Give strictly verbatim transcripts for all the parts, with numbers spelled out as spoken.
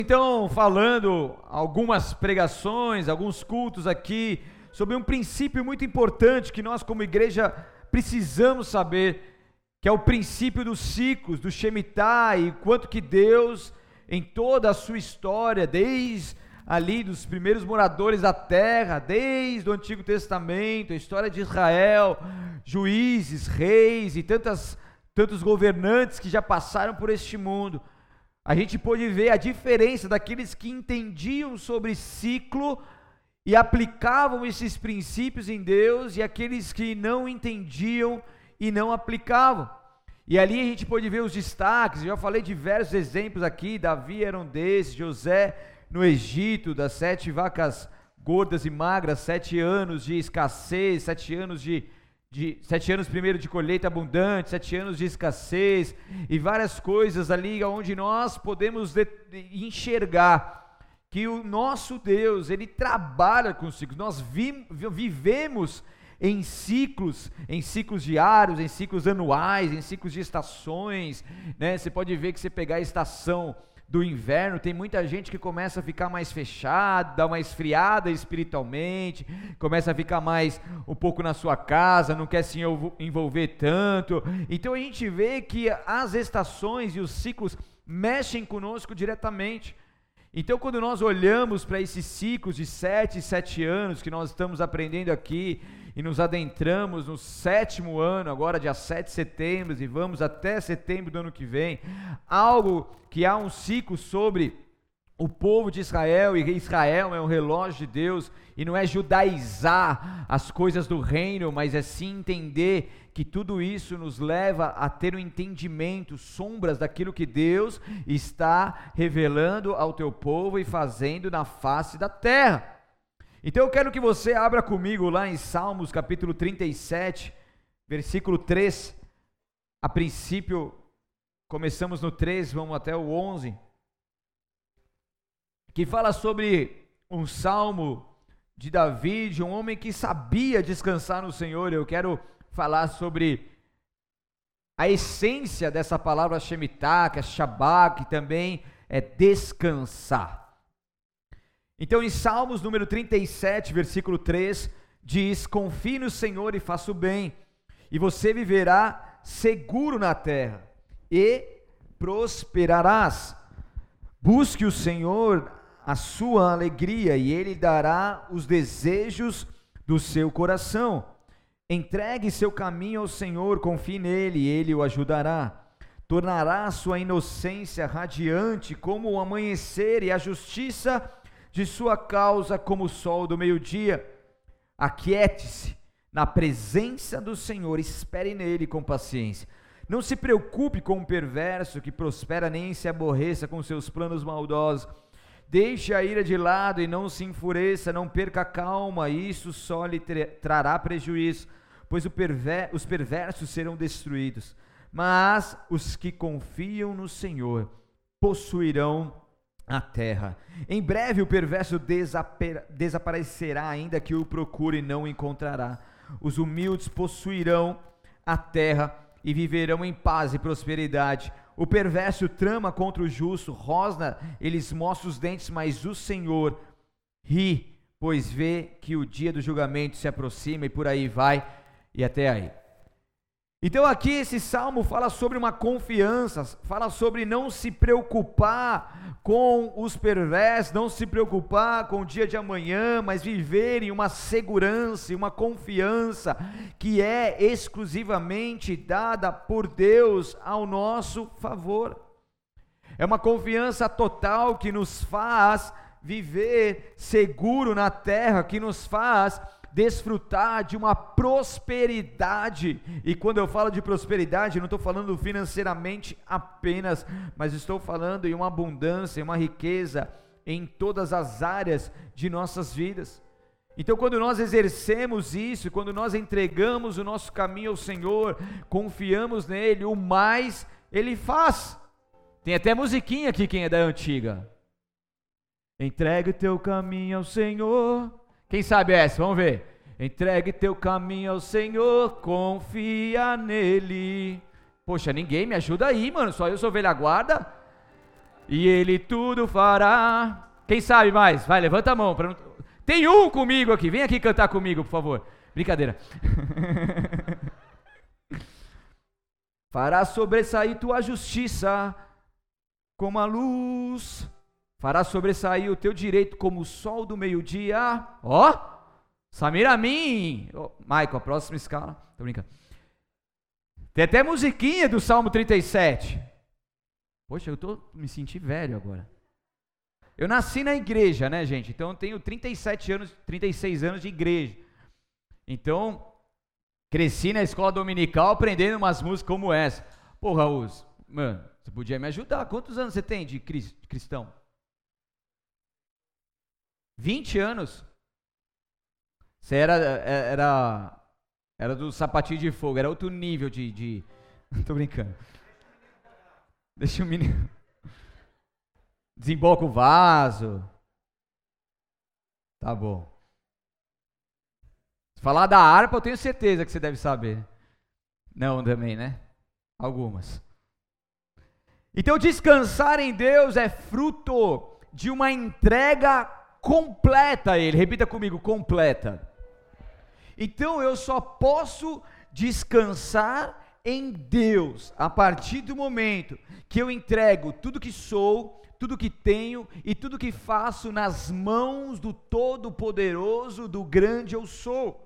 Então, falando algumas pregações, alguns cultos aqui, sobre um princípio muito importante que nós como igreja precisamos saber, que é o princípio dos ciclos, do Shemitah, e quanto que Deus, em toda a sua história, desde ali dos primeiros moradores da terra, desde o Antigo Testamento, a história de Israel, juízes, reis e tantas, tantos governantes que já passaram por este mundo, a gente pôde ver a diferença daqueles que entendiam sobre ciclo e aplicavam esses princípios em Deus, e aqueles que não entendiam e não aplicavam. E ali a gente pôde ver os destaques. Eu já falei diversos exemplos aqui. Davi era um desses, José no Egito, das sete vacas gordas e magras, sete anos de escassez, sete anos de De sete anos primeiro de colheita abundante, sete anos de escassez, e várias coisas ali onde nós podemos de, de enxergar que o nosso Deus, Ele trabalha com ciclos. Nós vi, vivemos em ciclos, em ciclos diários, em ciclos anuais, em ciclos de estações, né? Você pode ver que você pegar a estação do inverno, tem muita gente que começa a ficar mais fechada, dá uma esfriada espiritualmente, começa a ficar mais um pouco na sua casa, não quer se envolver tanto. Então a gente vê que as estações e os ciclos mexem conosco diretamente. Então quando nós olhamos para esses ciclos de sete, sete anos que nós estamos aprendendo aqui, e nos adentramos no sétimo ano, agora dia sete de setembro, e vamos até setembro do ano que vem, algo que há um ciclo sobre o povo de Israel, e Israel é um relógio de Deus, e não é judaizar as coisas do reino, mas é sim entender que tudo isso nos leva a ter um entendimento, sombras daquilo que Deus está revelando ao teu povo e fazendo na face da terra. Então eu quero que você abra comigo lá em Salmos capítulo trinta e sete, versículo três, a princípio, começamos no três, vamos até o onze, que fala sobre um salmo de Davi, de um homem que sabia descansar no Senhor. Eu quero falar sobre a essência dessa palavra Shemitah, que é Shabbat, que também é descansar. Então em Salmos número trinta e sete, versículo três, diz: confie no Senhor e faça o bem, e você viverá seguro na terra, e prosperarás. Busque o Senhor a sua alegria, e Ele dará os desejos do seu coração. Entregue seu caminho ao Senhor, confie nele, e Ele o ajudará. Tornará a sua inocência radiante como o amanhecer, e a justiça de sua causa como o sol do meio-dia. Aquiete-se na presença do Senhor, espere nele com paciência. Não se preocupe com o perverso que prospera, nem se aborreça com seus planos maldosos. Deixe a ira de lado e não se enfureça, não perca a calma, isso só lhe trará prejuízo, pois o perver, os perversos serão destruídos, mas os que confiam no Senhor possuirão a terra. Em breve o perverso desaparecerá, ainda que o procure e não o encontrará. Os humildes possuirão a terra e viverão em paz e prosperidade. O perverso trama contra o justo, rosna, eles mostram os dentes, mas o Senhor ri, pois vê que o dia do julgamento se aproxima, e por aí vai, e até aí. Então aqui esse salmo fala sobre uma confiança, fala sobre não se preocupar com os perversos, não se preocupar com o dia de amanhã, mas viver em uma segurança e uma confiança que é exclusivamente dada por Deus ao nosso favor. É uma confiança total que nos faz viver seguro na terra, que nos faz desfrutar de uma prosperidade. E quando eu falo de prosperidade, não estou falando financeiramente apenas, mas estou falando em uma abundância, em uma riqueza em todas as áreas de nossas vidas. Então quando nós exercemos isso, quando nós entregamos o nosso caminho ao Senhor, confiamos nele, o mais Ele faz. Tem até musiquinha aqui, quem é da antiga. Entregue teu caminho ao Senhor. Quem sabe essa? Vamos ver. Entregue teu caminho ao Senhor, confia nele. Poxa, ninguém me ajuda aí, mano, só eu sou velha guarda. e Ele tudo fará. Quem sabe mais? Vai, levanta a mão. Pra não... Tem um comigo aqui, vem aqui cantar comigo, por favor. Brincadeira. Fará sobressair tua justiça como a luz, fará sobressair o teu direito como o sol do meio-dia. Ó, oh, Samir Amin. Oh, Michael, a próxima escala. Tô brincando. Tem até musiquinha do Salmo trinta e sete. Poxa, eu tô me sentindo velho agora. Eu nasci na igreja, né, gente? Então eu tenho trinta e sete anos, trinta e seis anos de igreja. Então, cresci na escola dominical aprendendo umas músicas como essa. Pô, Raul, mano, você podia me ajudar. Quantos anos você tem de cristão? vinte anos? Você era, era, era do sapatinho de fogo, era outro nível de... de... Tô brincando. Deixa o menino... Desemboca o vaso. Tá bom. Se falar da harpa, eu tenho certeza que você deve saber. Não, também, né? Algumas. Então, descansar em Deus é fruto de uma entrega completa a Ele. Repita comigo, completa. Então, eu só posso descansar em Deus a partir do momento que eu entrego tudo que sou, tudo que tenho e tudo que faço nas mãos do Todo-Poderoso, do grande eu sou.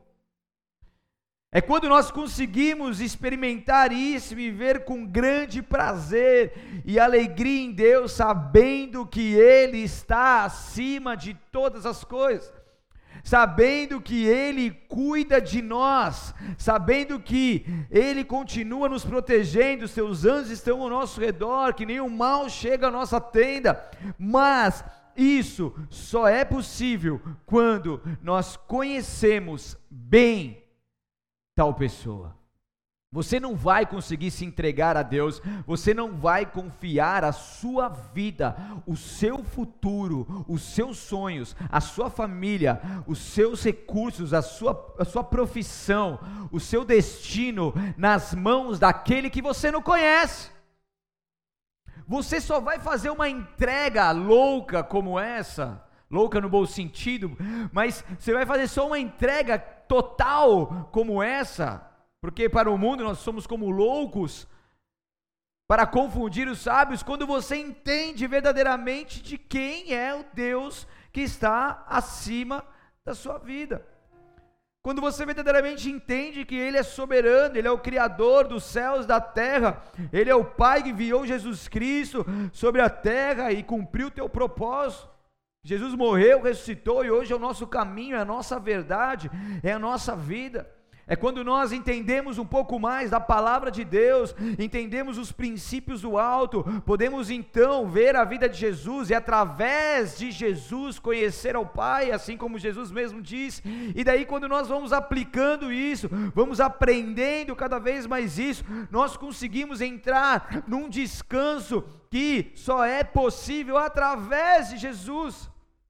É quando nós conseguimos experimentar isso e viver com grande prazer e alegria em Deus, sabendo que Ele está acima de todas as coisas, sabendo que Ele cuida de nós, sabendo que Ele continua nos protegendo, seus anjos estão ao nosso redor, que nenhum mal chega à nossa tenda, mas isso só é possível quando nós conhecemos bem tal pessoa. Você não vai conseguir se entregar a Deus, você não vai confiar a sua vida, o seu futuro, os seus sonhos, a sua família, os seus recursos, a sua, a sua profissão, o seu destino nas mãos daquele que você não conhece. Você só vai fazer uma entrega louca como essa, louca no bom sentido, mas você vai fazer só uma entrega total como essa, porque para o mundo nós somos como loucos, para confundir os sábios, quando você entende verdadeiramente de quem é o Deus que está acima da sua vida. Quando você verdadeiramente entende que Ele é soberano, Ele é o Criador dos céus e da terra, Ele é o Pai que enviou Jesus Cristo sobre a terra e cumpriu o teu propósito. Jesus morreu, ressuscitou e hoje é o nosso caminho, é a nossa verdade, é a nossa vida. É quando nós entendemos um pouco mais da palavra de Deus, entendemos os princípios do alto, podemos então ver a vida de Jesus e através de Jesus conhecer ao Pai, assim como Jesus mesmo disse. E daí quando nós vamos aplicando isso, vamos aprendendo cada vez mais isso, nós conseguimos entrar num descanso que só é possível através de Jesus.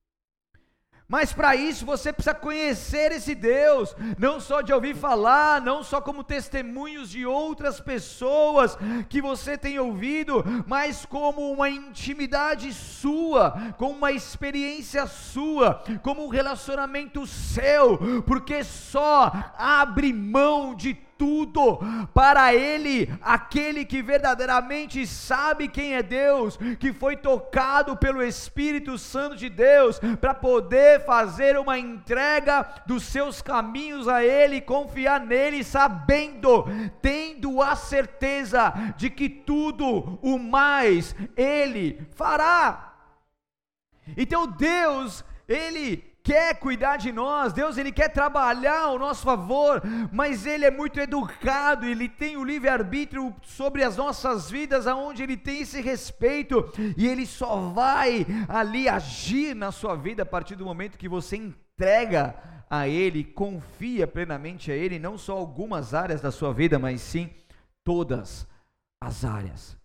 Mas para isso você precisa conhecer esse Deus, não só de ouvir falar, não só como testemunhos de outras pessoas que você tem ouvido, mas como uma intimidade sua, como uma experiência sua, como um relacionamento seu, porque só abre mão de tudo para Ele, aquele que verdadeiramente sabe quem é Deus, que foi tocado pelo Espírito Santo de Deus, para poder fazer uma entrega dos seus caminhos a Ele, confiar nele, sabendo, tendo a certeza de que tudo o mais Ele fará. Então Deus, Ele quer cuidar de nós, Deus Ele quer trabalhar ao nosso favor, mas Ele é muito educado, Ele tem o livre-arbítrio sobre as nossas vidas, aonde Ele tem esse respeito, e Ele só vai ali agir na sua vida a partir do momento que você entrega a Ele, confia plenamente a Ele, não só algumas áreas da sua vida, mas sim todas as áreas.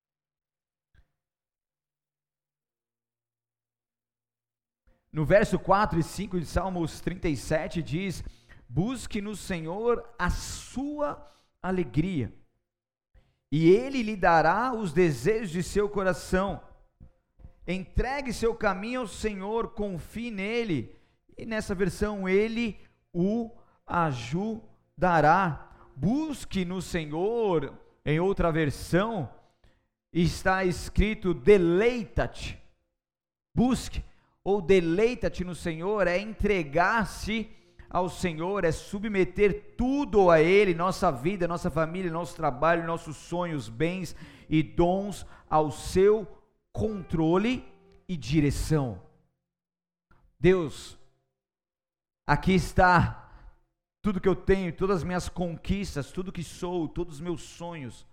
No verso quatro e cinco de Salmos trinta e sete diz: busque no Senhor a sua alegria, e Ele lhe dará os desejos de seu coração. entregue seu caminho ao Senhor, confie nele, e nessa versão, ele o ajudará. Busque no Senhor, em outra versão, está escrito deleita-te, busque, ou deleita-te no Senhor, é entregar-se ao Senhor, é submeter tudo a Ele, nossa vida, nossa família, nosso trabalho, nossos sonhos, bens e dons ao seu controle e direção. Deus, aqui está tudo que eu tenho, todas as minhas conquistas, tudo que sou, todos os meus sonhos.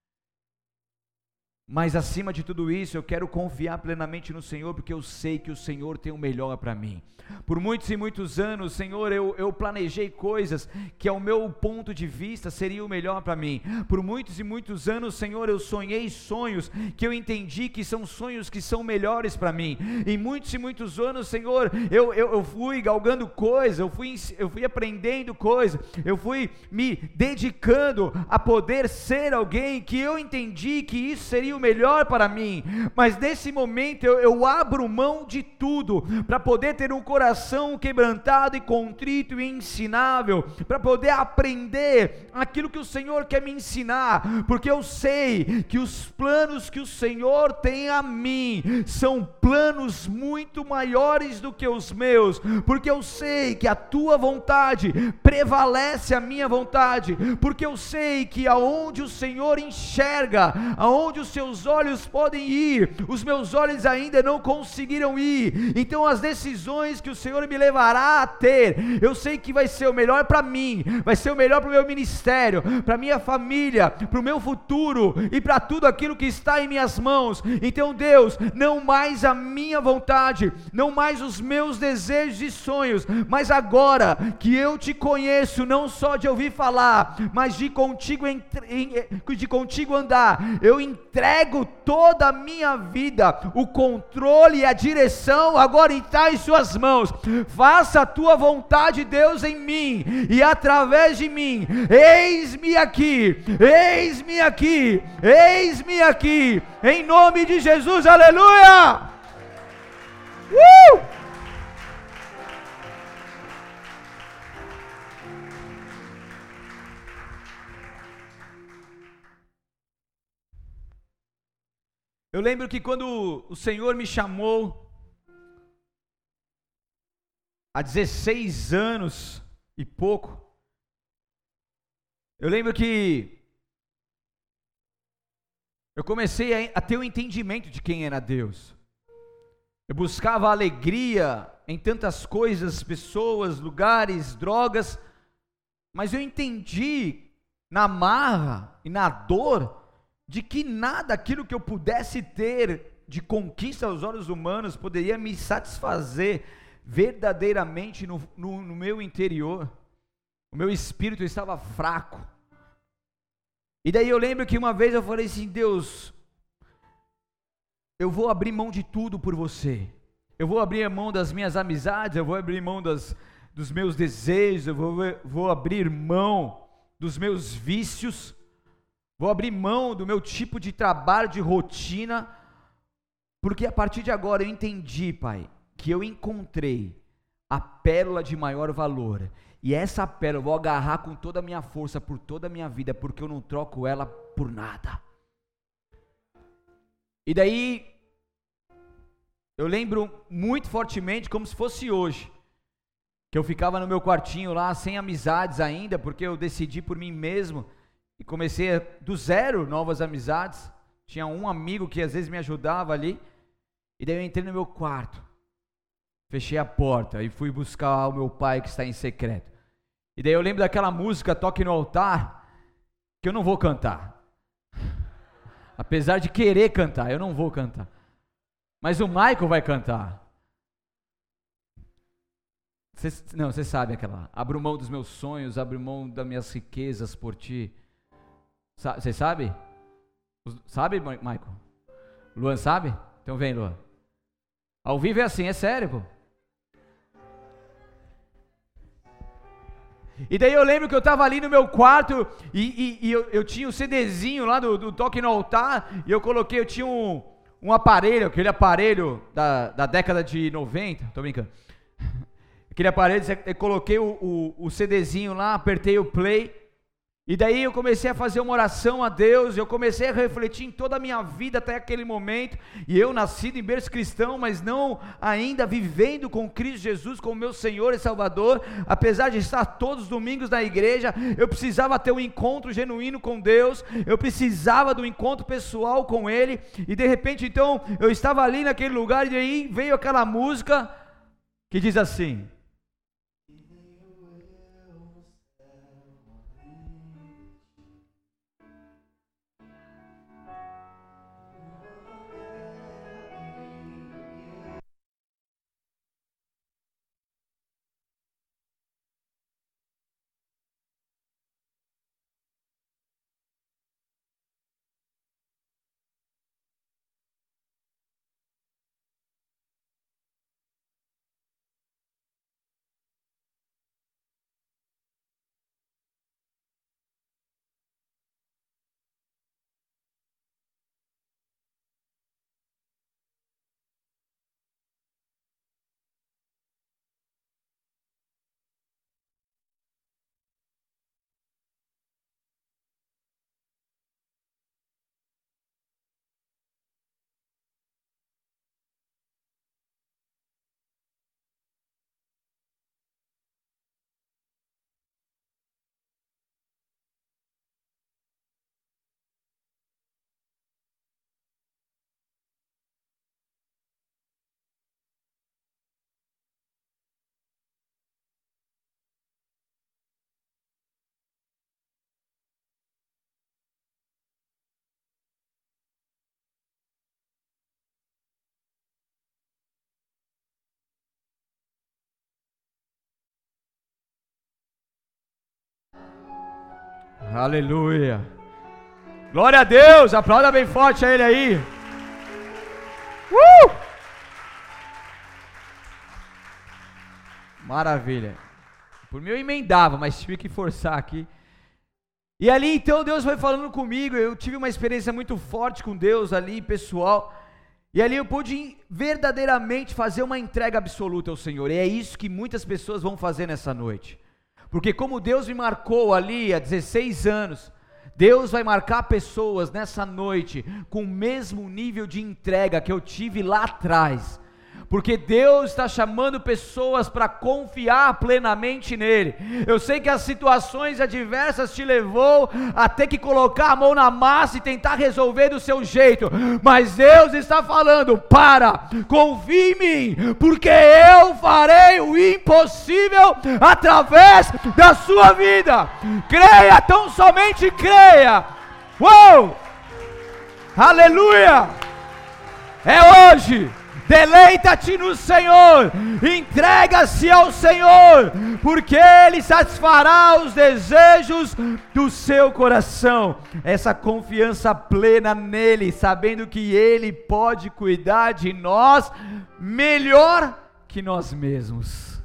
Mas acima de tudo isso, eu quero confiar plenamente no Senhor, porque eu sei que o Senhor tem o melhor para mim. Por muitos e muitos anos, Senhor, eu, eu planejei coisas que ao meu ponto de vista seria o melhor para mim. Por muitos e muitos anos, Senhor, eu sonhei sonhos que eu entendi que são sonhos que são melhores para mim. Em muitos e muitos anos, Senhor, eu, eu, eu fui galgando coisas, eu fui, eu fui aprendendo coisas, eu fui me dedicando a poder ser alguém que eu entendi que isso seria o melhor para mim. Mas nesse momento eu, eu abro mão de tudo para poder ter um coração quebrantado e contrito e ensinável, para poder aprender aquilo que o Senhor quer me ensinar, porque eu sei que os planos que o Senhor tem a mim são planos muito maiores do que os meus, porque eu sei que a tua vontade prevalece a minha vontade, porque eu sei que aonde o Senhor enxerga, aonde os seus olhos podem ir, os meus olhos ainda não conseguiram ir. Então as decisões que o Senhor me levará a ter, eu sei que vai ser o melhor para mim, vai ser o melhor para o meu ministério, para minha família, para o meu futuro e para tudo aquilo que está em minhas mãos. Então Deus, não mais a minha vontade, não mais os meus desejos e sonhos, mas agora que eu te conheço, não só de ouvir falar, mas de contigo, de contigo andar, eu entrego toda a minha vida, o controle e a direção agora está em suas mãos. Faça a tua vontade, Deus, em mim e através de mim. Eis-me aqui, eis-me aqui, eis-me aqui, em nome de Jesus, aleluia! Uh! Eu lembro que quando o Senhor me chamou há dezesseis anos e pouco, eu lembro que eu comecei a, a ter um entendimento de quem era Deus. Eu buscava alegria em tantas coisas, pessoas, lugares, drogas, mas eu entendi na marra e na dor de que nada aquilo que eu pudesse ter de conquista aos olhos humanos poderia me satisfazer verdadeiramente no, no, no meu interior. O meu espírito estava fraco. E daí eu lembro que uma vez eu falei assim: Deus, eu vou abrir mão de tudo por você. Eu vou abrir mão das minhas amizades, eu vou abrir mão das, dos meus desejos, eu vou, vou abrir mão dos meus vícios, vou abrir mão do meu tipo de trabalho, de rotina, porque a partir de agora eu entendi, Pai, que eu encontrei a pérola de maior valor, e essa pérola eu vou agarrar com toda a minha força, por toda a minha vida, porque eu não troco ela por nada. E daí, eu lembro muito fortemente, como se fosse hoje, que eu ficava no meu quartinho lá, sem amizades ainda, porque eu decidi por mim mesmo, e comecei do zero novas amizades. Tinha um amigo que às vezes me ajudava ali, e daí eu entrei no meu quarto, fechei a porta e fui buscar o meu pai que está em secreto. E daí eu lembro daquela música Toque no Altar, que eu não vou cantar, apesar de querer cantar, eu não vou cantar, mas o Michael vai cantar. Cê, não, você sabe aquela, abro mão dos meus sonhos, abro mão das minhas riquezas por ti. Você sabe? Sabe, Michael? Luan sabe? Então vem, Luan. Ao vivo é assim, é sério, pô. E daí eu lembro que eu estava ali no meu quarto e, e, e eu, eu tinha o um CDzinho lá do, do Toque no Altar, e eu coloquei, eu tinha um, um aparelho, aquele aparelho da, da década de noventa, tô brincando, aquele aparelho, eu coloquei o, o, o CDzinho lá, apertei o play, e daí eu comecei a fazer uma oração a Deus, eu comecei a refletir em toda a minha vida até aquele momento, e eu nascido em berço cristão, mas não ainda vivendo com Cristo Jesus como meu Senhor e Salvador, apesar de estar todos os domingos na igreja, eu precisava ter um encontro genuíno com Deus, eu precisava do encontro pessoal com Ele, e de repente então, eu estava ali naquele lugar, e aí veio aquela música, que diz assim: aleluia, glória a Deus, aplauda bem forte a Ele aí. Uh! Maravilha. Por mim eu emendava, mas tive que forçar aqui. E ali então Deus foi falando comigo, eu tive uma experiência muito forte com Deus ali, pessoal, e ali eu pude verdadeiramente fazer uma entrega absoluta ao Senhor, e é isso que muitas pessoas vão fazer nessa noite, porque como Deus me marcou ali há dezesseis anos, Deus vai marcar pessoas nessa noite com o mesmo nível de entrega que eu tive lá atrás, porque Deus está chamando pessoas para confiar plenamente nele. Eu sei que as situações adversas te levou a ter que colocar a mão na massa e tentar resolver do seu jeito, mas Deus está falando: para, confie em mim, porque eu farei o impossível através da sua vida. Creia, tão somente creia. Uou! Aleluia! É hoje. Deleita-te no Senhor, entrega-se ao Senhor, porque Ele satisfará os desejos do seu coração. Essa confiança plena nele, sabendo que Ele pode cuidar de nós melhor que nós mesmos.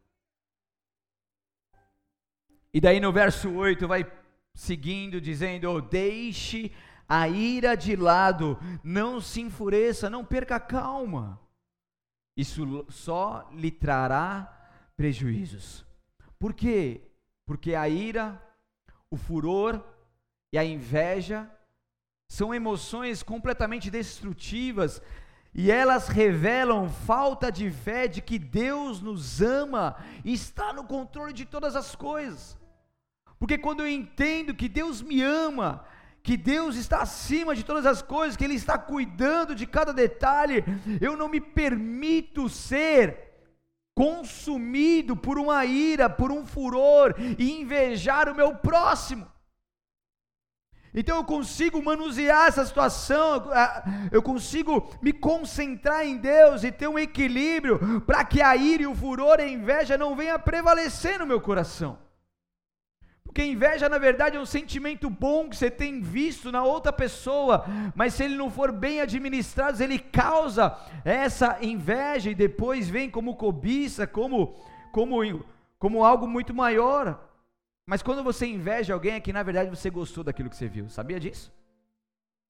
E daí no verso oito vai seguindo dizendo: oh, deixe a ira de lado, não se enfureça, não perca a calma, isso só lhe trará prejuízos. Por quê? Porque a ira, o furor e a inveja são emoções completamente destrutivas, e elas revelam falta de fé de que Deus nos ama e está no controle de todas as coisas. Porque quando eu entendo que Deus me ama, que Deus está acima de todas as coisas, que Ele está cuidando de cada detalhe, eu não me permito ser consumido por uma ira, por um furor e invejar o meu próximo. Então eu consigo manusear essa situação, eu consigo me concentrar em Deus e ter um equilíbrio para que a ira e o furor e a inveja não venham a prevalecer no meu coração. Porque inveja na verdade é um sentimento bom que você tem visto na outra pessoa, mas se ele não for bem administrado, ele causa essa inveja e depois vem como cobiça, como, como, como algo muito maior. Mas quando você inveja alguém é que na verdade você gostou daquilo que você viu, sabia disso?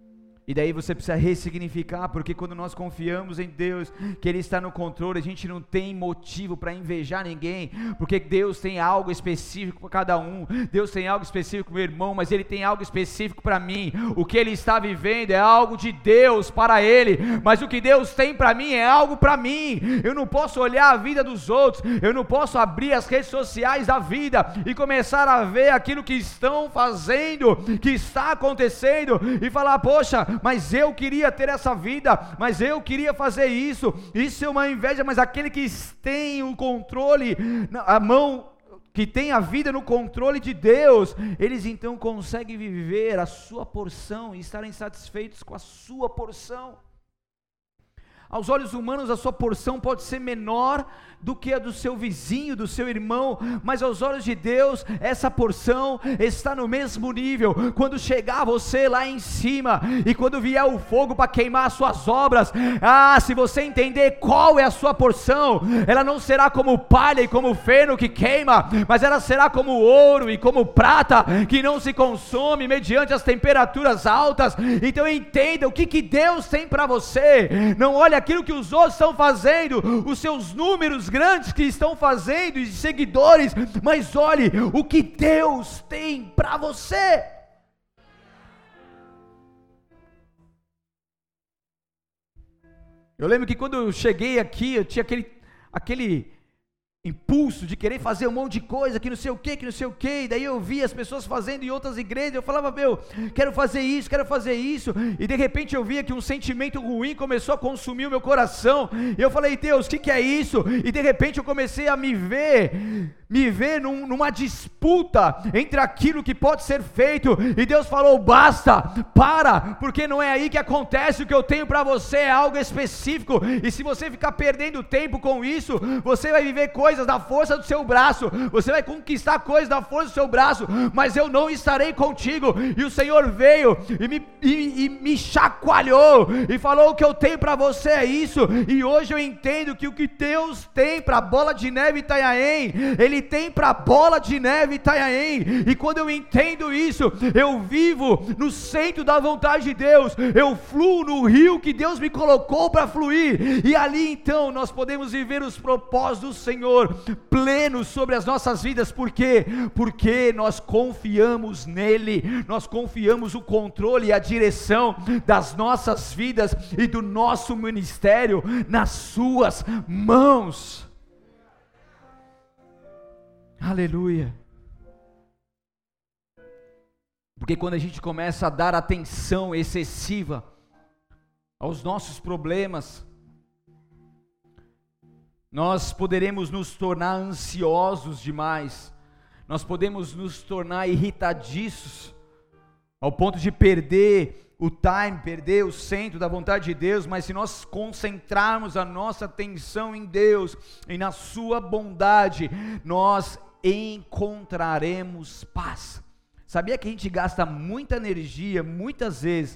E daí você precisa ressignificar, porque quando nós confiamos em Deus, que Ele está no controle, a gente não tem motivo para invejar ninguém, porque Deus tem algo específico para cada um. Deus tem algo específico para o meu irmão, mas Ele tem algo específico para mim. O que ele está vivendo é algo de Deus para ele, mas o que Deus tem para mim é algo para mim. Eu não posso olhar a vida dos outros, eu não posso abrir as redes sociais da vida e começar a ver aquilo que estão fazendo, que está acontecendo, e falar: poxa, mas eu queria ter essa vida, mas eu queria fazer isso. Isso é uma inveja. Mas aquele que tem o controle, a mão, que tem a vida no controle de Deus, eles então conseguem viver a sua porção e estarem satisfeitos com a sua porção. Aos olhos humanos, a sua porção pode ser menor do que a do seu vizinho, do seu irmão, mas aos olhos de Deus, essa porção está no mesmo nível. Quando chegar você lá em cima, e quando vier o fogo para queimar as suas obras, ah, se você entender qual é a sua porção, ela não será como palha e como feno que queima, mas ela será como ouro e como prata, que não se consome mediante as temperaturas altas. Então entenda o que, que Deus tem para você. Não olhe aquilo que os outros estão fazendo, os seus números grandes que estão fazendo, e seguidores, mas olhe o que Deus tem para você. Eu lembro que quando eu cheguei aqui, eu tinha aquele, aquele impulso de querer fazer um monte de coisa, que não sei o que, que não sei o que, e daí eu via as pessoas fazendo em outras igrejas, eu falava: meu, quero fazer isso, quero fazer isso, e de repente eu via que um sentimento ruim começou a consumir o meu coração, e eu falei: Deus, o que, que é isso? E de repente eu comecei a me ver, me ver num, numa disputa entre aquilo que pode ser feito, e Deus falou: basta, para, porque não é aí que acontece. O que eu tenho para você é algo específico, e se você ficar perdendo tempo com isso, você vai viver coisas da força do seu braço, você vai conquistar coisas da força do seu braço, mas eu não estarei contigo. E o Senhor veio e me, e, e me chacoalhou e falou: o que eu tenho para você é isso. E hoje eu entendo que o que Deus tem para Bola de Neve Itanhaém, Ele tem para Bola de Neve Itanhaém. E quando eu entendo isso, eu vivo no centro da vontade de Deus, eu fluo no rio que Deus me colocou para fluir, e ali então nós podemos viver os propósitos do Senhor plenos sobre as nossas vidas. Por quê? Porque nós confiamos nele, nós confiamos o controle e a direção das nossas vidas e do nosso ministério nas suas mãos. Aleluia. Porque quando a gente começa a dar atenção excessiva aos nossos problemas, nós poderemos nos tornar ansiosos demais, nós podemos nos tornar irritadiços, ao ponto de perder o time, perder o centro da vontade de Deus. Mas se nós concentrarmos a nossa atenção em Deus e na sua bondade, nós encontraremos paz. Sabia que a gente gasta muita energia, muitas vezes,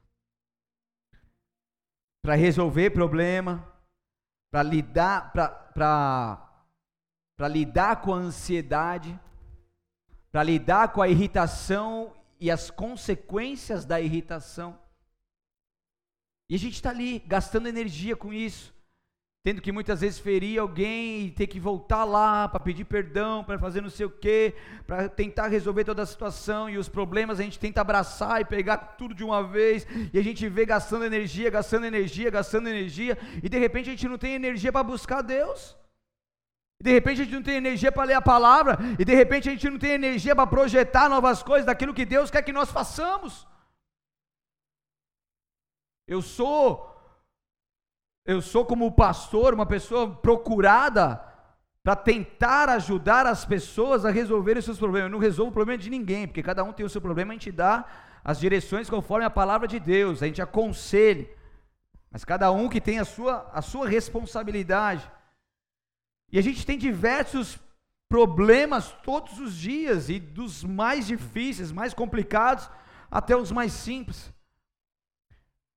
para resolver problema, para lidar, para lidar com a ansiedade, para lidar com a irritação e as consequências da irritação, e a gente está ali gastando energia com isso, tendo que muitas vezes ferir alguém e ter que voltar lá para pedir perdão, para fazer não sei o que, para tentar resolver toda a situação, e os problemas a gente tenta abraçar e pegar tudo de uma vez, e a gente vê gastando energia, gastando energia, gastando energia, e de repente a gente não tem energia para buscar Deus, e de repente a gente não tem energia para ler a palavra, e de repente a gente não tem energia para projetar novas coisas daquilo que Deus quer que nós façamos. Eu sou Eu sou como pastor, uma pessoa procurada para tentar ajudar as pessoas a resolverem os seus problemas. Eu não resolvo o problema de ninguém, porque cada um tem o seu problema, a gente dá as direções conforme a palavra de Deus, a gente aconselha, mas cada um que tem a sua, a sua responsabilidade. E a gente tem diversos problemas todos os dias, e dos mais difíceis, mais complicados, até os mais simples.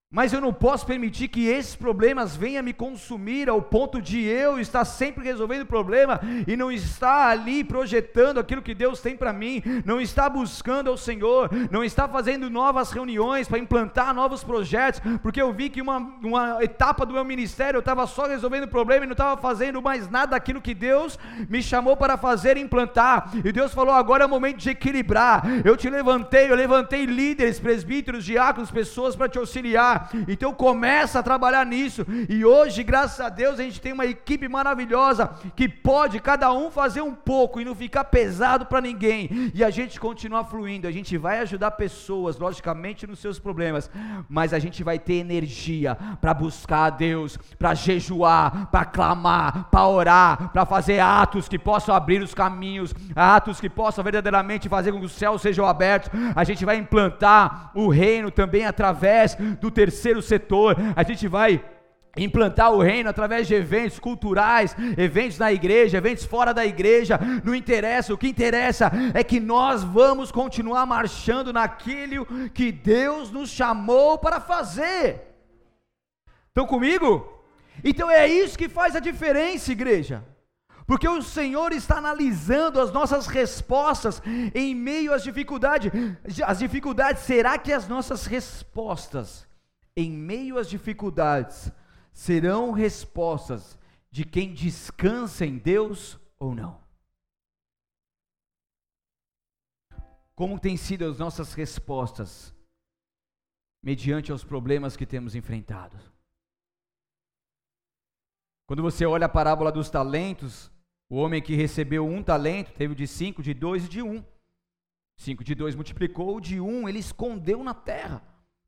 Mas eu não posso permitir que esses problemas venham me consumir ao ponto de eu estar sempre resolvendo o problema e não estar ali projetando aquilo que Deus tem para mim, não estar buscando ao Senhor, não estar fazendo novas reuniões para implantar novos projetos, porque eu vi que uma, uma etapa do meu ministério eu estava só resolvendo o problema e não estava fazendo mais nada daquilo que Deus me chamou para fazer e implantar. E Deus falou: agora é o momento de equilibrar. Eu te levantei, eu levantei líderes, presbíteros, diáconos, pessoas para te auxiliar. Então começa a trabalhar nisso, e hoje, graças a Deus, a gente tem uma equipe maravilhosa, que pode cada um fazer um pouco, e não ficar pesado para ninguém, e a gente continuar fluindo. A gente vai ajudar pessoas, logicamente, nos seus problemas, mas a gente vai ter energia para buscar a Deus, para jejuar, para clamar, para orar, para fazer atos que possam abrir os caminhos, atos que possam verdadeiramente fazer com que os céus sejam abertos. A gente vai implantar o reino também através do terceiro terceiro setor. A gente vai implantar o reino através de eventos culturais, eventos na igreja, eventos fora da igreja, não interessa. O que interessa é que nós vamos continuar marchando naquilo que Deus nos chamou para fazer. Estão comigo? Então é isso que faz a diferença, igreja, porque o Senhor está analisando as nossas respostas em meio às dificuldades. As dificuldades, será que as nossas respostas em meio às dificuldades serão respostas de quem descansa em Deus ou não? Como têm sido as nossas respostas mediante aos problemas que temos enfrentado? Quando você olha a parábola dos talentos, o homem que recebeu um talento teve de cinco, de dois e de um. Cinco de dois multiplicou, o de um ele escondeu na terra,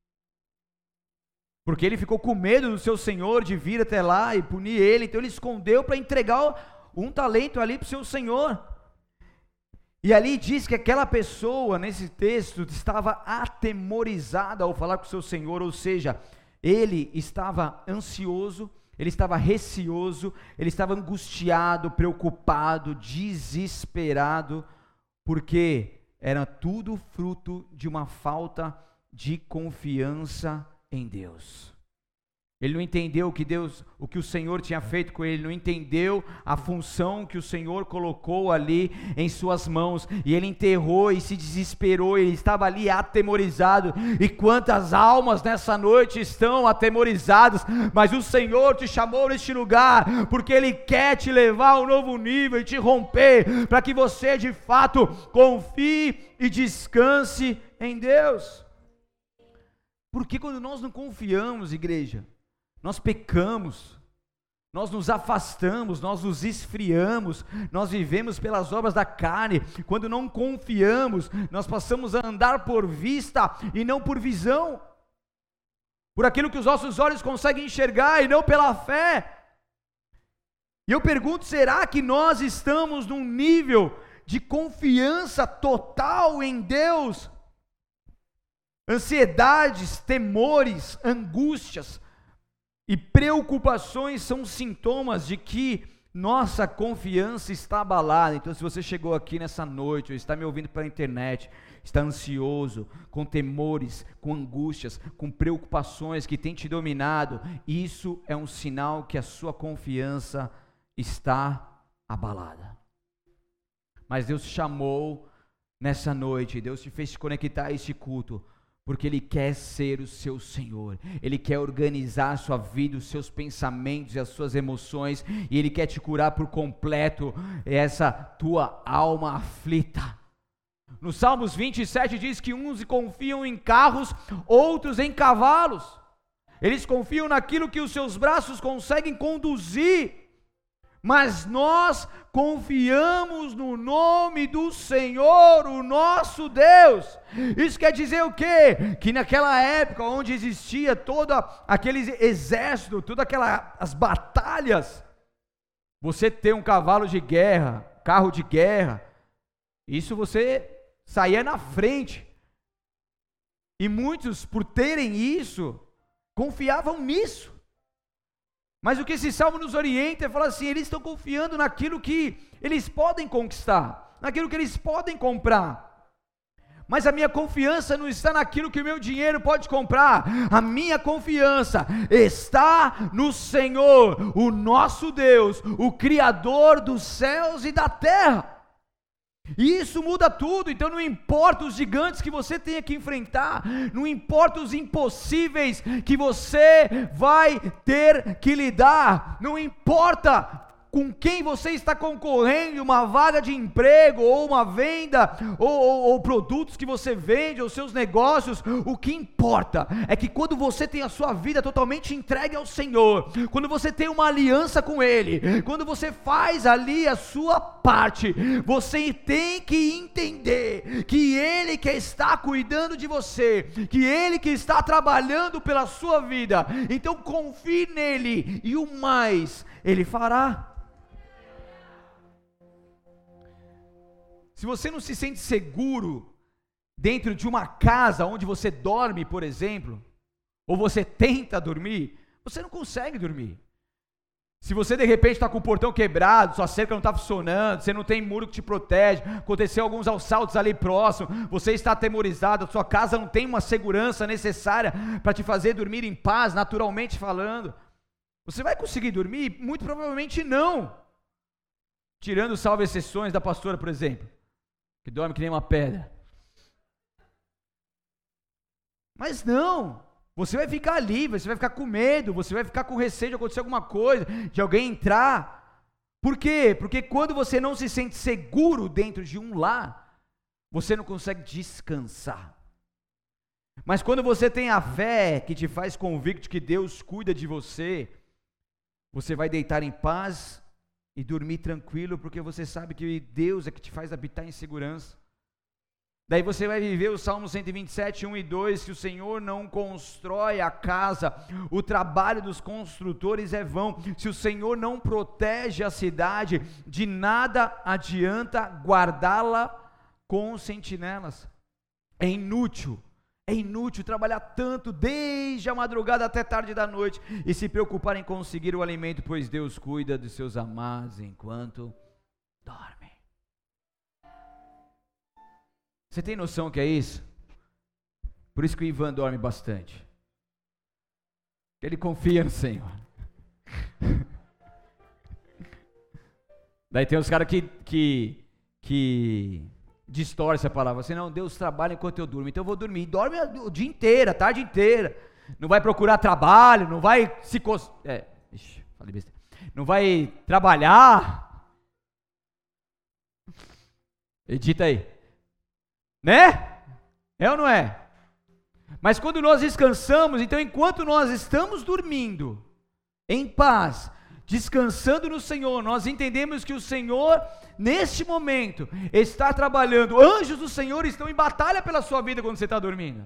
porque ele ficou com medo do seu senhor de vir até lá e punir ele. Então ele escondeu para entregar um talento ali para o seu senhor. E ali diz que aquela pessoa, nesse texto, estava atemorizada ao falar com o seu senhor, ou seja, ele estava ansioso, ele estava receoso, ele estava angustiado, preocupado, desesperado, porque era tudo fruto de uma falta de confiança em Deus. Ele não entendeu o que Deus, o que o Senhor tinha feito com ele, não entendeu a função que o Senhor colocou ali em suas mãos, e ele enterrou e se desesperou. Ele estava ali atemorizado. E quantas almas nessa noite estão atemorizadas, mas o Senhor te chamou neste lugar, porque Ele quer te levar a um novo nível e te romper, para que você de fato confie e descanse em Deus. Porque quando nós não confiamos, igreja, nós pecamos, nós nos afastamos, nós nos esfriamos, nós vivemos pelas obras da carne. Quando não confiamos, nós passamos a andar por vista e não por visão, por aquilo que os nossos olhos conseguem enxergar e não pela fé. E eu pergunto, será que nós estamos num nível de confiança total em Deus? Ansiedades, temores, angústias e preocupações são sintomas de que nossa confiança está abalada. Então, se você chegou aqui nessa noite, ou está me ouvindo pela internet, está ansioso, com temores, com angústias, com preocupações que tem te dominado, isso é um sinal que a sua confiança está abalada. Mas Deus te chamou nessa noite, Deus te fez te conectar a este culto, porque Ele quer ser o seu Senhor. Ele quer organizar a sua vida, os seus pensamentos e as suas emoções, e Ele quer te curar por completo essa tua alma aflita. No Salmos vinte e sete diz que uns confiam em carros, outros em cavalos. Eles confiam naquilo que os seus braços conseguem conduzir, mas nós confiamos no nome do Senhor, o nosso Deus. Isso quer dizer o quê? Que naquela época onde existia todo aquele exército, todas aquelas batalhas, você ter um cavalo de guerra, carro de guerra, isso você saía na frente. E muitos, por terem isso, confiavam nisso. Mas o que esse salmo nos orienta é falar assim: eles estão confiando naquilo que eles podem conquistar, naquilo que eles podem comprar. Mas a minha confiança não está naquilo que o meu dinheiro pode comprar. A minha confiança está no Senhor, o nosso Deus, o Criador dos céus e da terra. E isso muda tudo. Então não importa os gigantes que você tenha que enfrentar, não importa os impossíveis que você vai ter que lidar, não importa com quem você está concorrendo, uma vaga de emprego, ou uma venda, ou, ou, ou produtos que você vende, ou seus negócios, o que importa é que quando você tem a sua vida totalmente entregue ao Senhor, quando você tem uma aliança com Ele, quando você faz ali a sua parte, você tem que entender que Ele que está cuidando de você, que Ele que está trabalhando pela sua vida. Então confie nele, e o mais Ele fará. Se você não se sente seguro dentro de uma casa onde você dorme, por exemplo, ou você tenta dormir, você não consegue dormir. Se você de repente está com o portão quebrado, sua cerca não está funcionando, você não tem muro que te protege, aconteceu alguns assaltos ali próximo, você está atemorizado, sua casa não tem uma segurança necessária para te fazer dormir em paz, naturalmente falando, você vai conseguir dormir? Muito provavelmente não. Tirando salvo exceções da pastora, por exemplo, que dorme que nem uma pedra. Mas não, você vai ficar ali, você vai ficar com medo, você vai ficar com receio de acontecer alguma coisa, de alguém entrar. Por quê? Porque quando você não se sente seguro dentro de um lar, você não consegue descansar. Mas quando você tem a fé que te faz convicto que Deus cuida de você, você vai deitar em paz e dormir tranquilo, porque você sabe que Deus é que te faz habitar em segurança. Daí você vai viver o Salmo cento e vinte e sete, um e dois, se o Senhor não constrói a casa, o trabalho dos construtores é vão. Se o Senhor não protege a cidade, de nada adianta guardá-la com sentinelas. É inútil. É inútil trabalhar tanto desde a madrugada até tarde da noite e se preocupar em conseguir o alimento, pois Deus cuida dos seus amados enquanto dormem. Você tem noção que é isso? Por isso que o Ivan dorme bastante. Ele confia no Senhor. Daí tem os caras que, que, que distorce a palavra, assim, não, Deus trabalha enquanto eu durmo, então eu vou dormir, dorme o dia inteiro, a tarde inteira, não vai procurar trabalho, não vai se, cos... é, ixi, falei besteira, não vai trabalhar, edita aí, né? É ou não é? Mas quando nós descansamos, então enquanto nós estamos dormindo, em paz, descansando no Senhor, nós entendemos que o Senhor, neste momento, está trabalhando, anjos do Senhor estão em batalha pela sua vida quando você está dormindo,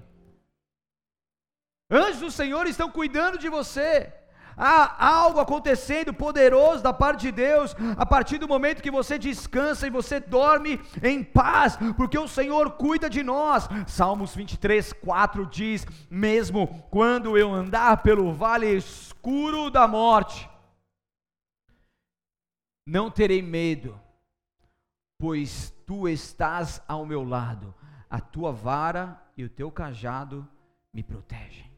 anjos do Senhor estão cuidando de você, há algo acontecendo poderoso da parte de Deus, a partir do momento que você descansa e você dorme em paz, porque o Senhor cuida de nós. Salmos vinte e três, quatro diz, mesmo quando eu andar pelo vale escuro da morte, não terei medo, pois tu estás ao meu lado, a tua vara e o teu cajado me protegem.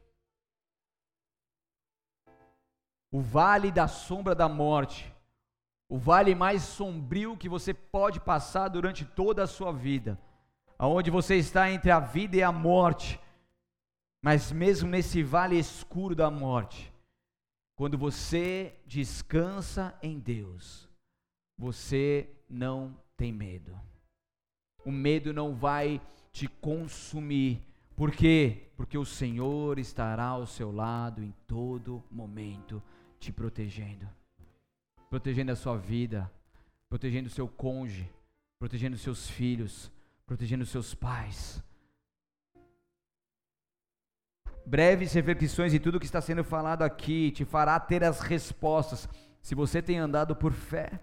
O vale da sombra da morte, o vale mais sombrio que você pode passar durante toda a sua vida, aonde você está entre a vida e a morte, mas mesmo nesse vale escuro da morte, quando você descansa em Deus, você não tem medo. O medo não vai te consumir. Por quê? Porque o Senhor estará ao seu lado em todo momento, te protegendo. Protegendo a sua vida, protegendo o seu cônjuge, protegendo os seus filhos, protegendo os seus pais. Breves reflexões em tudo que está sendo falado aqui te fará ter as respostas, se você tem andado por fé.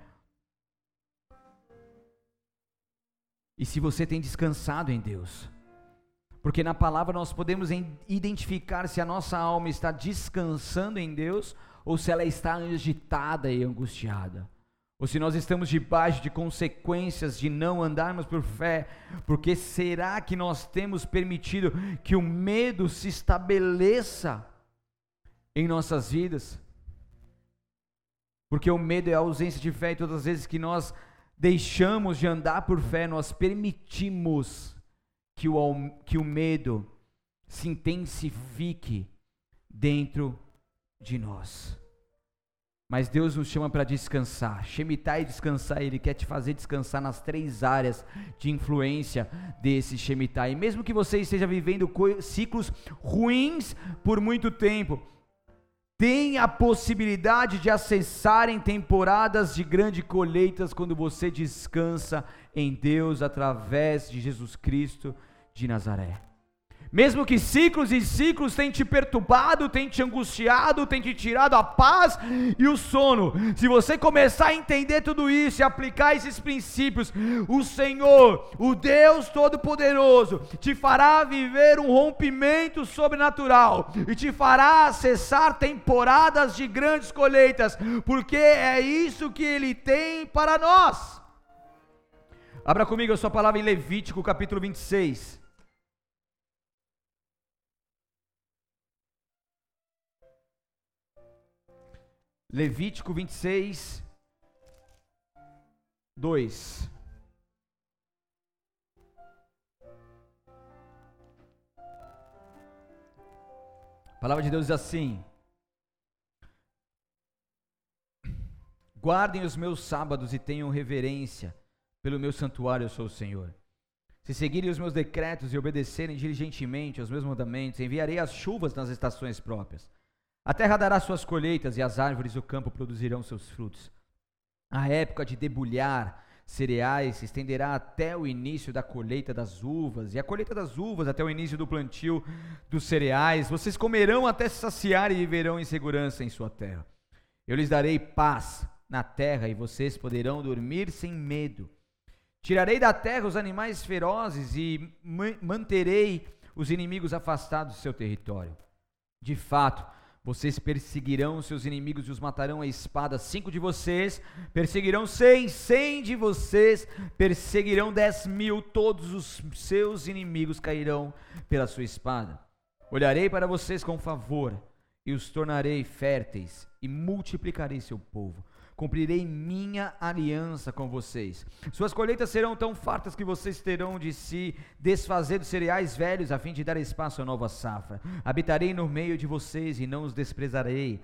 E se você tem descansado em Deus, porque na palavra nós podemos identificar se a nossa alma está descansando em Deus, ou se ela está agitada e angustiada, ou se nós estamos debaixo de consequências de não andarmos por fé, porque será que nós temos permitido que o medo se estabeleça em nossas vidas? Porque o medo é a ausência de fé, e todas as vezes que nós deixamos de andar por fé, nós permitimos que o, que o medo se intensifique dentro de nós. Mas Deus nos chama para descansar. Shemitah e descansar, Ele quer te fazer descansar nas três áreas de influência desse Shemitah. E mesmo que você esteja vivendo ciclos ruins por muito tempo, tem a possibilidade de acessar em temporadas de grandes colheitas quando você descansa em Deus através de Jesus Cristo de Nazaré. Mesmo que ciclos e ciclos tenham te perturbado, tenham te angustiado, tenham te tirado a paz e o sono, se você começar a entender tudo isso e aplicar esses princípios, o Senhor, o Deus Todo-Poderoso, te fará viver um rompimento sobrenatural e te fará acessar temporadas de grandes colheitas, porque é isso que Ele tem para nós. Abra comigo a sua palavra em Levítico capítulo vinte e seis. Levítico vinte e seis, dois. A palavra de Deus diz assim: guardem os meus sábados e tenham reverência pelo meu santuário, eu sou o Senhor. Se seguirem os meus decretos e obedecerem diligentemente aos meus mandamentos, enviarei as chuvas nas estações próprias. A terra dará suas colheitas e as árvores do campo produzirão seus frutos. A época de debulhar cereais se estenderá até o início da colheita das uvas, e a colheita das uvas até o início do plantio dos cereais. Vocês comerão até se saciar e viverão em segurança em sua terra. Eu lhes darei paz na terra e vocês poderão dormir sem medo. Tirarei da terra os animais ferozes e manterei os inimigos afastados do seu território. De fato, vocês perseguirão seus inimigos e os matarão à espada. Cinco de vocês perseguirão cem, cem de vocês perseguirão dez mil. Todos os seus inimigos cairão pela sua espada. Olharei para vocês com favor e os tornarei férteis e multiplicarei seu povo. Cumprirei minha aliança com vocês. Suas colheitas serão tão fartas que vocês terão de se desfazer dos cereais velhos a fim de dar espaço à nova safra. Habitarei no meio de vocês e não os desprezarei.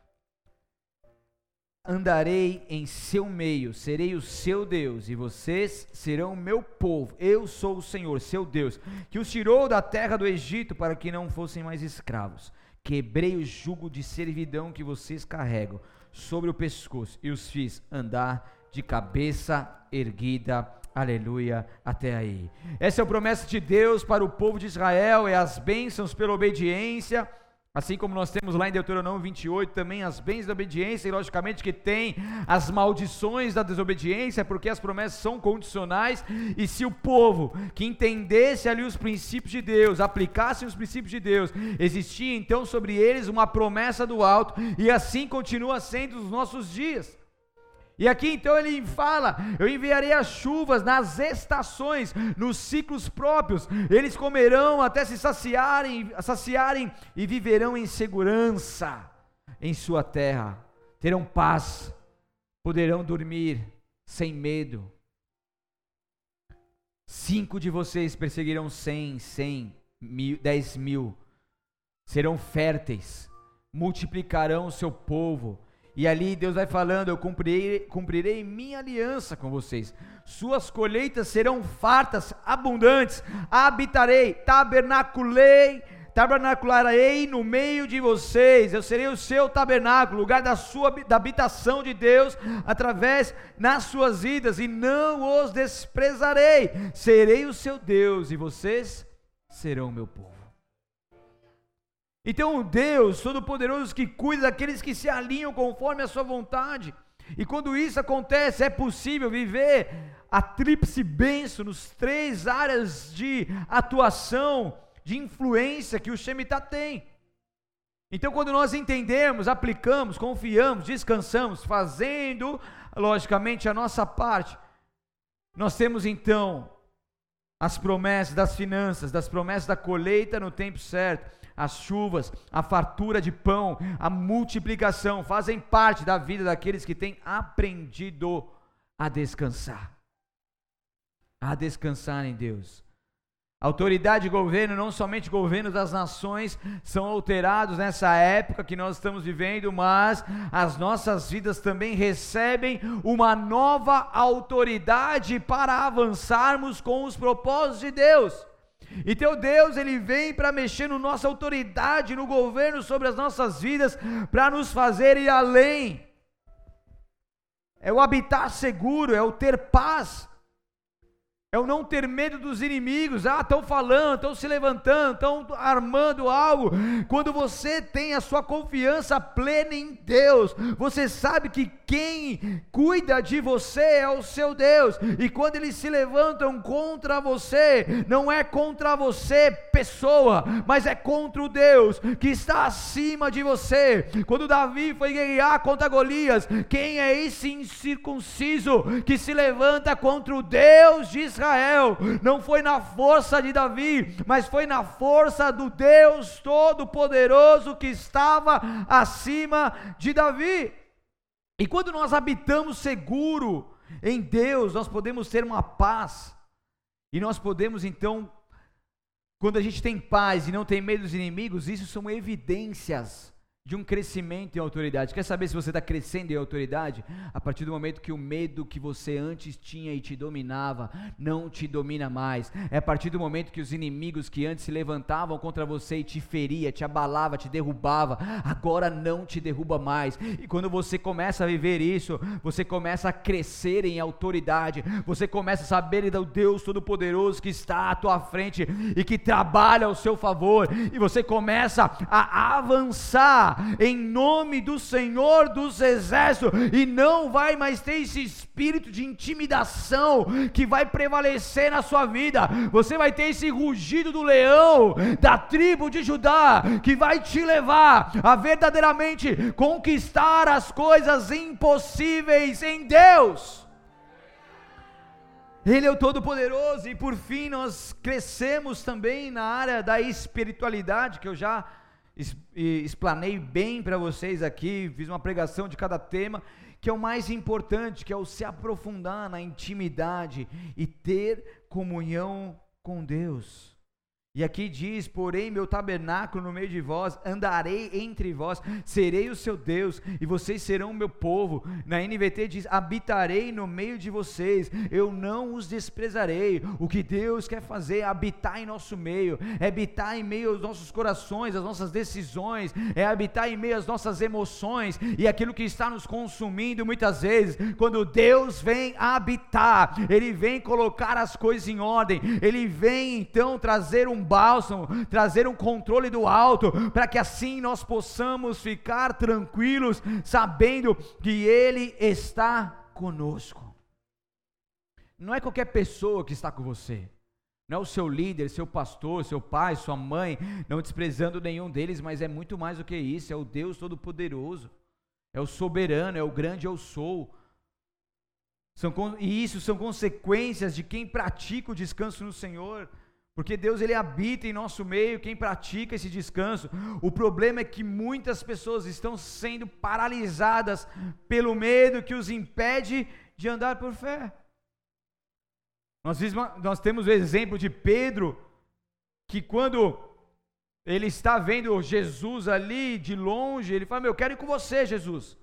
Andarei em seu meio, serei o seu Deus e vocês serão meu povo. Eu sou o Senhor, seu Deus, que os tirou da terra do Egito para que não fossem mais escravos. Quebrei o jugo de servidão que vocês carregam sobre o pescoço e os fiz andar de cabeça erguida. Aleluia, até aí. Essa é a promessa de Deus para o povo de Israel, é as bênçãos pela obediência, assim como nós temos lá em Deuteronômio vinte e oito também as bênçãos da obediência, e logicamente que tem as maldições da desobediência, porque as promessas são condicionais, e se o povo que entendesse ali os princípios de Deus, aplicasse os princípios de Deus, existia então sobre eles uma promessa do alto, e assim continua sendo nos nossos dias. E aqui então ele fala: eu enviarei as chuvas nas estações, nos ciclos próprios, eles comerão até se saciarem, saciarem e viverão em segurança em sua terra, terão paz, poderão dormir sem medo. Cinco de vocês perseguirão cem, cem, mil, dez mil, serão férteis, multiplicarão o seu povo. E ali Deus vai falando: eu cumprirei, cumprirei minha aliança com vocês, suas colheitas serão fartas, abundantes, habitarei, tabernaculei, tabernacularei no meio de vocês, eu serei o seu tabernáculo, lugar da sua da habitação de Deus, através nas suas vidas, e não os desprezarei, serei o seu Deus, e vocês serão meu povo. Então o Deus Todo-Poderoso que cuida daqueles que se alinham conforme a sua vontade, e quando isso acontece, é possível viver a tríplice bênção nos três áreas de atuação, de influência que o Shemitah tem. Então quando nós entendemos, aplicamos, confiamos, descansamos, fazendo logicamente, a nossa parte. Nós temos então as promessas das finanças, das promessas da colheita no tempo certo, as chuvas, a fartura de pão, a multiplicação, fazem parte da vida daqueles que têm aprendido a descansar, a descansar em Deus. Autoridade e governo, não somente governo das nações, são alterados nessa época que nós estamos vivendo, mas as nossas vidas também recebem uma nova autoridade para avançarmos com os propósitos de Deus. Então Deus, Ele vem para mexer na nossa autoridade, no governo sobre as nossas vidas, para nos fazer ir além. É o habitar seguro, é o ter paz, é o não ter medo dos inimigos. Ah, estão falando, estão se levantando, estão armando algo. Quando você tem a sua confiança plena em Deus, você sabe que quem cuida de você é o seu Deus, e quando eles se levantam contra você, não é contra você pessoa, mas é contra o Deus que está acima de você. Quando Davi foi guerrear contra Golias, quem é esse incircunciso que se levanta contra o Deus de Israel? Israel, não foi na força de Davi, mas foi na força do Deus Todo-Poderoso que estava acima de Davi. E quando nós habitamos seguro em Deus, nós podemos ter uma paz, e nós podemos então, quando a gente tem paz e não tem medo dos inimigos, isso são evidências de um crescimento em autoridade. Quer saber se você está crescendo em autoridade? A partir do momento que o medo que você antes tinha e te dominava, não te domina mais. É a partir do momento que os inimigos que antes se levantavam contra você e te feria, te abalava, te derrubava, agora não te derruba mais. E quando você começa a viver isso, você começa a crescer em autoridade, você começa a saber do Deus Todo-Poderoso que está à tua frente e que trabalha ao seu favor, e você começa a avançar em nome do Senhor dos Exércitos, e não vai mais ter esse espírito de intimidação que vai prevalecer na sua vida. Você vai ter esse rugido do leão da tribo de Judá, que vai te levar a verdadeiramente conquistar as coisas impossíveis em Deus. Ele é o Todo-Poderoso. E por fim nós crescemos também na área da espiritualidade, que eu já explanei bem para vocês aqui, fiz uma pregação de cada tema, que é o mais importante, que é o se aprofundar na intimidade e ter comunhão com Deus. E aqui diz: porém meu tabernáculo no meio de vós, andarei entre vós, serei o seu Deus, e vocês serão o meu povo. Na N V T diz: habitarei no meio de vocês, eu não os desprezarei. O que Deus quer fazer é habitar em nosso meio, é habitar em meio aos nossos corações, às nossas decisões, é habitar em meio às nossas emoções, e aquilo que está nos consumindo muitas vezes. Quando Deus vem habitar, Ele vem colocar as coisas em ordem, Ele vem então trazer um bálsamo, trazer um controle do alto, para que assim nós possamos ficar tranquilos, sabendo que Ele está conosco. Não é qualquer pessoa que está com você, não é o seu líder, seu pastor, seu pai, sua mãe, não desprezando nenhum deles, mas é muito mais do que isso. É o Deus Todo-Poderoso, é o soberano, é o grande eu sou. São, e isso são consequências de quem pratica o descanso no Senhor, porque Deus, Ele habita em nosso meio, quem pratica esse descanso. O problema é que muitas pessoas estão sendo paralisadas pelo medo que os impede de andar por fé. Nós, nós temos o exemplo de Pedro, que quando ele está vendo Jesus ali de longe, ele fala: meu, eu quero ir com você, Jesus.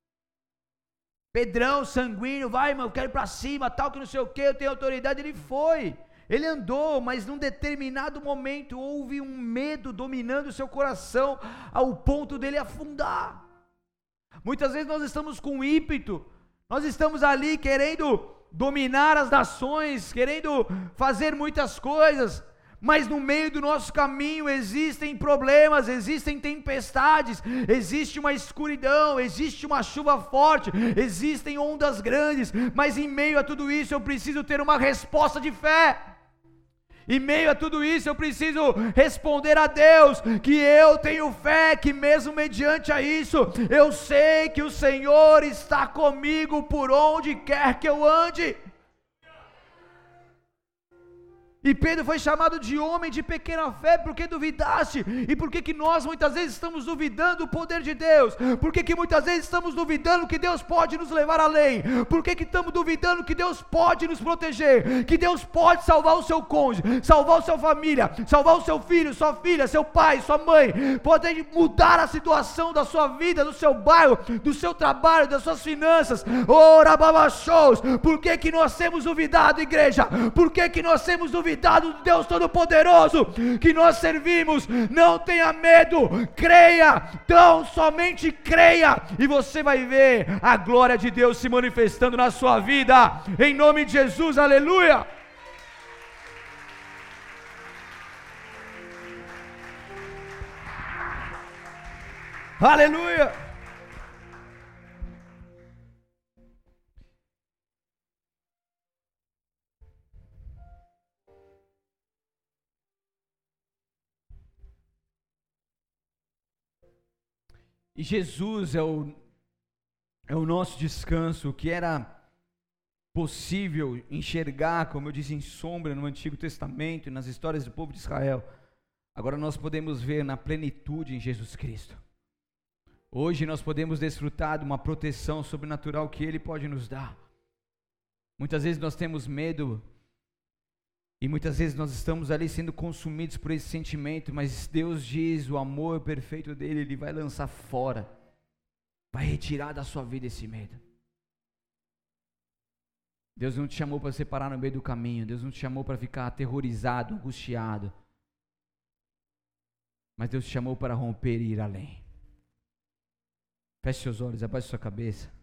Pedrão, sanguíneo, vai, meu, eu quero ir para cima, tal, que não sei o que, eu tenho autoridade. Ele foi. Ele andou, mas num determinado momento houve um medo dominando o seu coração, ao ponto dele afundar. Muitas vezes nós estamos com ímpeto, nós estamos ali querendo dominar as nações, querendo fazer muitas coisas, mas no meio do nosso caminho existem problemas, existem tempestades, existe uma escuridão, existe uma chuva forte, existem ondas grandes, mas em meio a tudo isso eu preciso ter uma resposta de fé. Em meio a tudo isso, eu preciso responder a Deus que eu tenho fé, que mesmo mediante a isso, eu sei que o Senhor está comigo por onde quer que eu ande. E Pedro foi chamado de homem de pequena fé, porque duvidaste. E por que que nós muitas vezes estamos duvidando do poder de Deus? Por que que muitas vezes estamos duvidando que Deus pode nos levar além? Por que que estamos duvidando que Deus pode nos proteger? Que Deus pode salvar o seu cônjuge, salvar a sua família, salvar o seu filho, sua filha, seu pai, sua mãe, pode mudar a situação da sua vida, do seu bairro, do seu trabalho, das suas finanças. Ora, babachos, por que que nós temos duvidado, igreja? Por que que nós temos duvidado do Deus Todo-Poderoso que nós servimos? Não tenha medo, creia, tão somente creia, e você vai ver a glória de Deus se manifestando na sua vida, em nome de Jesus, aleluia. Aleluia. E Jesus é o, é o nosso descanso, o que era possível enxergar, como eu disse, em sombra no Antigo Testamento e nas histórias do povo de Israel. Agora nós podemos ver na plenitude em Jesus Cristo. Hoje nós podemos desfrutar de uma proteção sobrenatural que Ele pode nos dar. Muitas vezes nós temos medo, e muitas vezes nós estamos ali sendo consumidos por esse sentimento, mas Deus diz, o amor perfeito dele, Ele vai lançar fora, vai retirar da sua vida esse medo. Deus não te chamou para você parar no meio do caminho, Deus não te chamou para ficar aterrorizado, angustiado, mas Deus te chamou para romper e ir além. Feche seus olhos, abaixe sua cabeça.